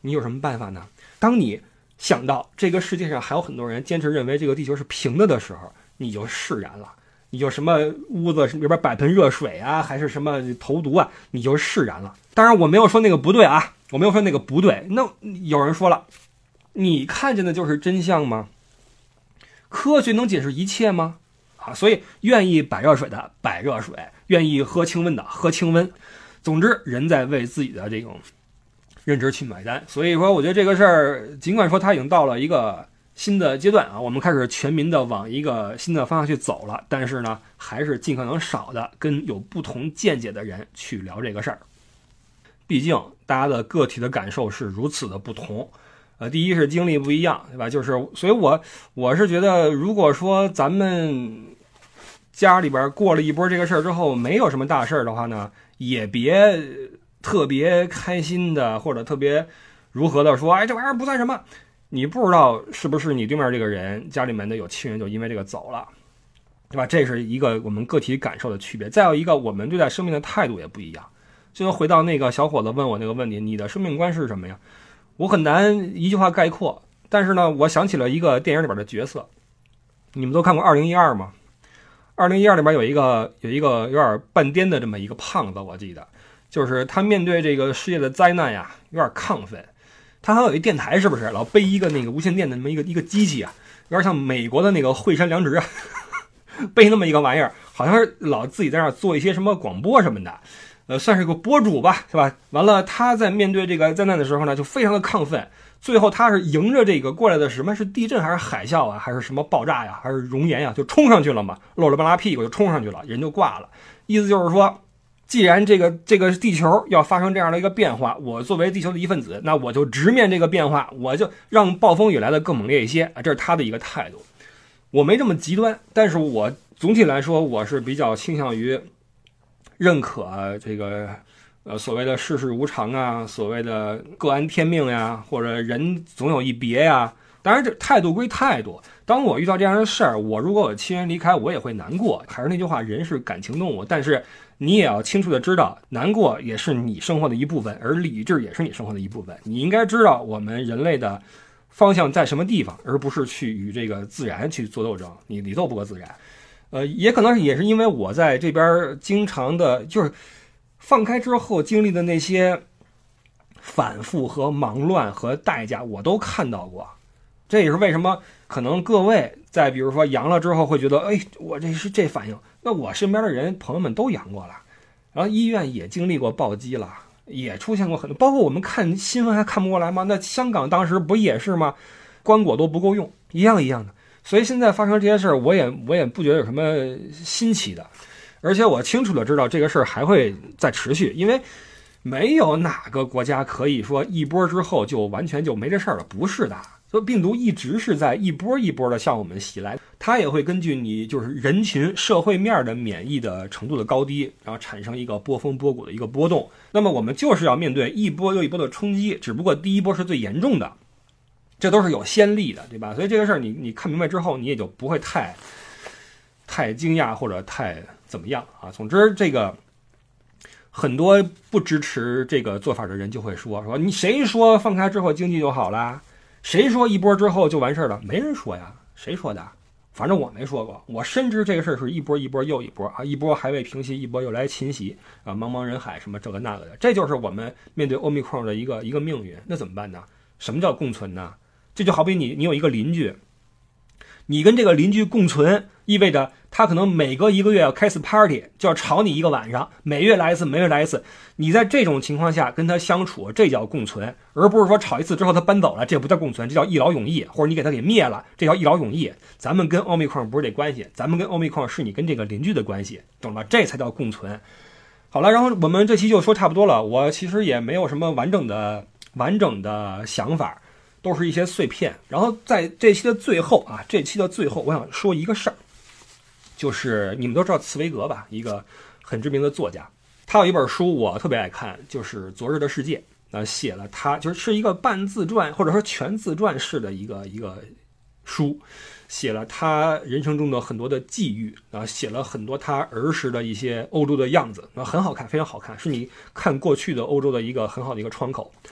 你有什么办法呢？当你想到这个世界上还有很多人坚持认为这个地球是平的的时候，你就释然了，你就什么屋子里边摆盆热水啊，还是什么投毒啊，你就释然了。当然我没有说那个不对啊，我没有说那个不对。那有人说了，你看见的就是真相吗？科学能解释一切吗？啊，所以愿意摆热水的摆热水，愿意喝清温的喝清温。总之，人在为自己的这种认知去买单。所以说，我觉得这个事儿，尽管说它已经到了一个新的阶段啊，我们开始全民的往一个新的方向去走了，但是呢，还是尽可能少的跟有不同见解的人去聊这个事儿。毕竟大家的个体的感受是如此的不同。第一是经历不一样，对吧？所以我是觉得，如果说咱们家里边过了一波这个事儿之后，没有什么大事儿的话呢，也别特别开心的或者特别如何的说，哎，这玩意儿不算什么。你不知道是不是你对面这个人家里面的有亲人就因为这个走了，对吧？这是一个我们个体感受的区别。再有一个，我们对待生命的态度也不一样。就回到那个小伙子问我那个问题，你的生命观是什么呀？我很难一句话概括，但是呢，我想起了一个电影里边的角色。你们都看过2012吗？2012里边有一个有点半癫的这么一个胖子，我记得，就是他面对这个世界的灾难呀，有点亢奋。他还有一电台，是不是老背一个那个无线电的那么一个机器啊，有点像美国的那个惠山良直啊，背那么一个玩意儿，好像是老自己在那儿做一些什么广播什么的。算是个博主吧，是吧？完了，他在面对这个灾难的时候呢，就非常的亢奋。最后他是迎着这个过来的什么是地震还是海啸啊，还是什么爆炸呀，还是熔岩呀，就冲上去了嘛，露了半拉屁股就冲上去了，人就挂了。意思就是说，既然这个地球要发生这样的一个变化，我作为地球的一份子，那我就直面这个变化，我就让暴风雨来的更猛烈一些啊，这是他的一个态度。我没这么极端，但是我总体来说，我是比较倾向于认可这个所谓的世事无常啊，所谓的各安天命呀，或者人总有一别呀。当然这态度归态度，当我遇到这样的事儿，我如果我亲人离开，我也会难过。还是那句话，人是感情动物，但是你也要清楚的知道，难过也是你生活的一部分，而理智也是你生活的一部分。你应该知道我们人类的方向在什么地方，而不是去与这个自然去做斗争，你斗不过自然。也可能也是因为我在这边经常的，就是放开之后经历的那些反复和忙乱和代价，我都看到过。这也是为什么可能各位在比如说阳了之后会觉得，哎，我这反应，那我身边的人朋友们都阳过了，然后医院也经历过暴击了，也出现过很多，包括我们看新闻还看不过来吗？那香港当时不也是吗？棺椁都不够用，一样的。所以现在发生这些事儿，我也不觉得有什么新奇的，而且我清楚的知道这个事儿还会再持续，因为没有哪个国家可以说一波之后就完全就没这事儿了，不是的。所以病毒一直是在一波一波的向我们袭来，它也会根据你就是人群社会面的免疫的程度的高低，然后产生一个波峰波谷的一个波动。那么我们就是要面对一波又一波的冲击，只不过第一波是最严重的。这都是有先例的，对吧？所以这个事儿你看明白之后，你也就不会太惊讶或者太怎么样啊。总之，这个很多不支持这个做法的人就会说你谁说放开之后经济就好了？谁说一波之后就完事儿了？没人说呀，谁说的？反正我没说过。我深知这个事儿是一波一波又一波啊，一波还未平息，一波又来侵袭啊，茫茫人海什么这个那个的，这就是我们面对 Omicron 的一个命运。那怎么办呢？什么叫共存呢？这就好比你有一个邻居，你跟这个邻居共存，意味着他可能每隔1个月要开次 party， 就要吵你一个晚上，每月来一次。你在这种情况下跟他相处，这叫共存，而不是说吵一次之后他搬走了，这不叫共存，这叫一劳永逸，或者你给他给灭了，这叫一劳永逸。咱们跟 Omicron 不是这关系，咱们跟 Omicron 是你跟这个邻居的关系，懂了？这才叫共存。好了，然后我们这期就说差不多了，我其实也没有什么完整的想法。都是一些碎片。然后在这期的最后，我想说一个事儿，就是你们都知道茨威格吧，一个很知名的作家，他有一本书我特别爱看，就是《昨日的世界》。写了他就是一个半自传或者说全自传式的一个书，写了他人生中的很多的际遇，写了很多他儿时的一些欧洲的样子，很好看，非常好看，是你看过去的欧洲的一个很好的一个窗口。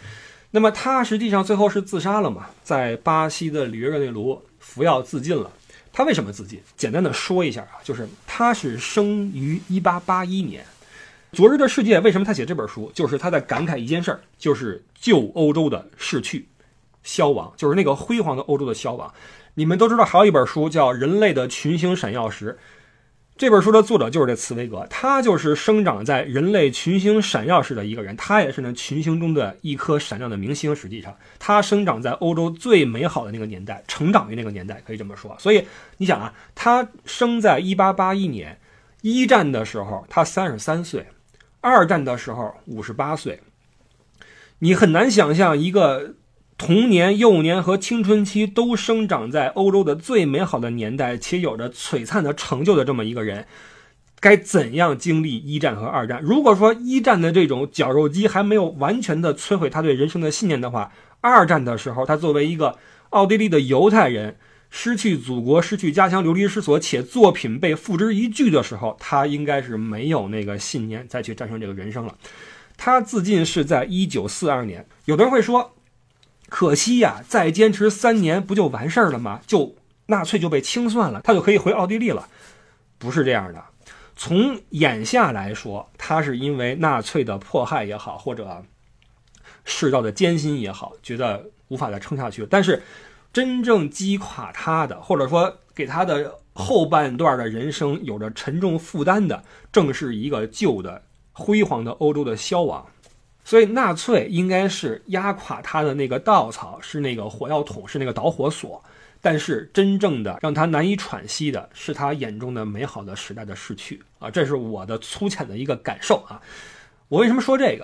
那么他实际上最后是自杀了嘛，在巴西的里约热内卢服药自尽了。他为什么自尽？简单的说一下啊，就是他是生于1881年。昨日的世界为什么他写这本书？就是他在感慨一件事儿，就是旧欧洲的逝去、消亡，就是那个辉煌的欧洲的消亡。你们都知道还有一本书叫《人类的群星闪耀时》，这本书的作者就是这茨威格，他就是生长在人类群星闪耀时的一个人，他也是那群星中的一颗闪亮的明星。实际上他生长在欧洲最美好的那个年代，成长于那个年代，可以这么说。所以你想啊，他生在1881年，一战的时候他33岁，二战的时候58岁。你很难想象一个童年、幼年和青春期都生长在欧洲的最美好的年代，且有着璀璨的成就的这么一个人，该怎样经历一战和二战？如果说一战的这种绞肉机还没有完全的摧毁他对人生的信念的话，二战的时候，他作为一个奥地利的犹太人，失去祖国、失去家乡、流离失所，且作品被付之一炬的时候，他应该是没有那个信念再去战胜这个人生了。他自尽是在1942年。有的人会说，可惜呀，再坚持3年不就完事儿了吗？就纳粹就被清算了，他就可以回奥地利了。不是这样的。从眼下来说，他是因为纳粹的迫害也好，或者世道的艰辛也好，觉得无法再撑下去了。但是真正击垮他的，或者说给他的后半段的人生有着沉重负担的，正是一个旧的辉煌的欧洲的消亡。所以纳粹应该是压垮他的那个稻草，是那个火药桶，是那个导火索。但是真正的让他难以喘息的是他眼中的美好的时代的逝去啊，这是我的粗浅的一个感受啊。我为什么说这个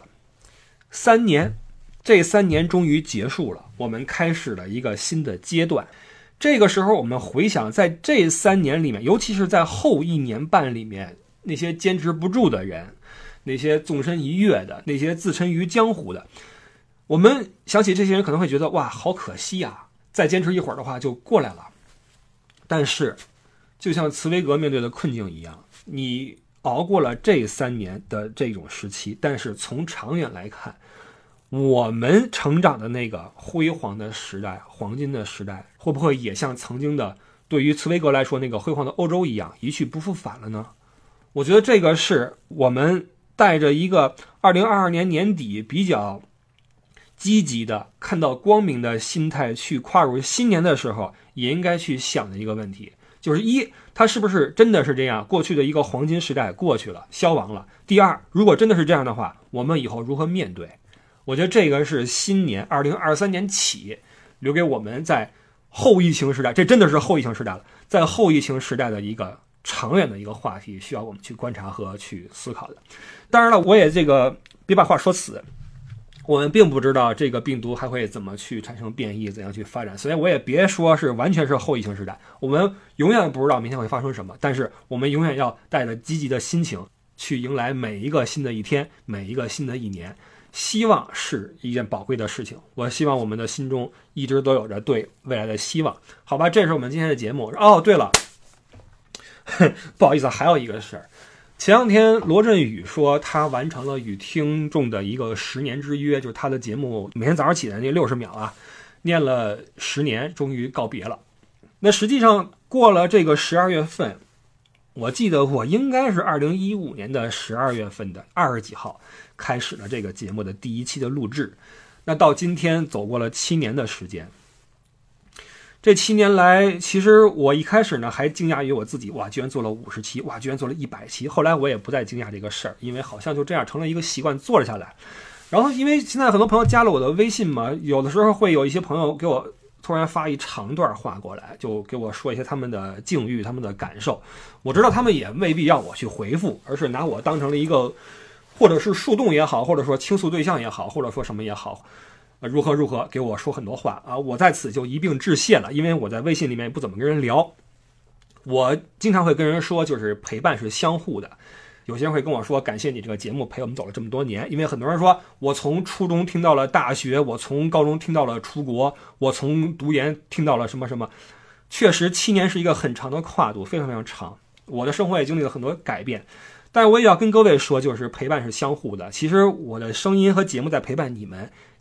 ？3年，这3年终于结束了，我们开始了一个新的阶段。这个时候我们回想，在这3年里面，尤其是在后1年半里面，那些坚持不住的人，那些纵身一跃的，那些自沉于江湖的，我们想起这些人可能会觉得哇，好可惜啊，再坚持一会儿的话就过来了。但是就像茨威格面对的困境一样，你熬过了这3年的这种时期，但是从长远来看，我们成长的那个辉煌的时代，黄金的时代，会不会也像曾经的对于茨威格来说那个辉煌的欧洲一样一去不复返了呢？我觉得这个是我们带着一个2022年年底比较积极的看到光明的心态去跨入新年的时候也应该去想的一个问题，就是一，它是不是真的是这样，过去的一个黄金时代过去了，消亡了。第二，如果真的是这样的话，我们以后如何面对？我觉得这个是新年2023年起留给我们在后疫情时代，这真的是后疫情时代了，在后疫情时代的一个长远的一个话题，需要我们去观察和去思考的。当然了，我也别把话说死，我们并不知道这个病毒还会怎么去产生变异，怎样去发展，所以我也别说是完全是后疫情时代，我们永远不知道明天会发生什么，但是我们永远要带着积极的心情去迎来每一个新的一天，每一个新的一年，希望是一件宝贵的事情。我希望我们的心中一直都有着对未来的希望。好吧，这是我们今天的节目。哦，对了，不好意思，还有一个事儿。前两天罗振宇说他完成了与听众的一个10年之约，就是他的节目每天早上起来那60秒啊，念了10年，终于告别了。那实际上过了这个12月份，我记得我应该是2015年的12月份的20几号开始了这个节目的第1期的录制，那到今天走过了7年的时间。这7年来，其实我一开始呢还惊讶于我自己，哇，居然做了50期，哇，居然做了100期。后来我也不再惊讶这个事儿，因为好像就这样成了一个习惯，做了下来。然后因为现在很多朋友加了我的微信嘛，有的时候会有一些朋友给我突然发一长段话过来，就给我说一些他们的境遇，他们的感受。我知道他们也未必让我去回复，而是拿我当成了一个或者是树洞也好，或者说倾诉对象也好，或者说什么也好，如何给我说很多话啊！我在此就一并致谢了，因为我在微信里面不怎么跟人聊。我经常会跟人说，就是陪伴是相互的。有些人会跟我说，感谢你这个节目陪我们走了这么多年，因为很多人说我从初中听到了大学，我从高中听到了出国，我从读研听到了什么什么。确实7年是一个很长的跨度，非常非常长。我的生活也经历了很多改变，但是我也要跟各位说，就是陪伴是相互的。其实我的声音和节目在陪伴你们，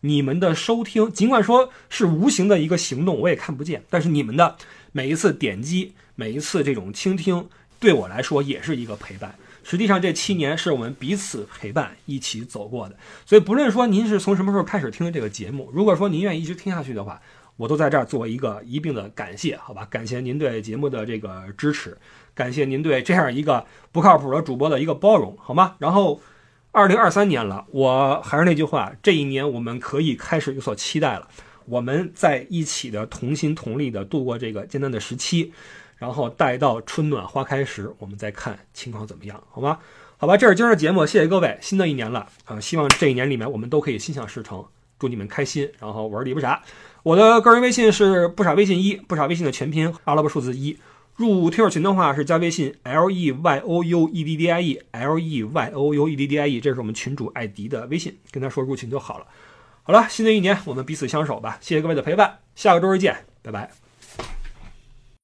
你们的收听，尽管说是无形的一个行动，我也看不见，但是你们的每一次点击，每一次这种倾听，对我来说也是一个陪伴。实际上这7年是我们彼此陪伴一起走过的，所以不论说您是从什么时候开始听这个节目，如果说您愿意一直听下去的话，我都在这儿做一个一并的感谢，好吧？感谢您对节目的这个支持，感谢您对这样一个不靠谱的主播的一个包容，好吗？然后2023年了，我还是那句话，这一年我们可以开始有所期待了，我们在一起的同心同力的度过这个艰难的时期，然后待到春暖花开时，我们再看情况怎么样，好吗？好吧，这是今儿的节目，谢谢各位。新的一年了希望这一年里面我们都可以心想事成，祝你们开心。然后我是李不傻，我的个人微信是不傻微信1，不傻微信的全拼阿拉伯数字1。入听友群的话是加微信 LEYOUEDDIE， 这是我们群主艾迪的微信，跟他说入群就好了。好了，新的一年我们彼此相守吧，谢谢各位的陪伴，下个周日见，拜拜。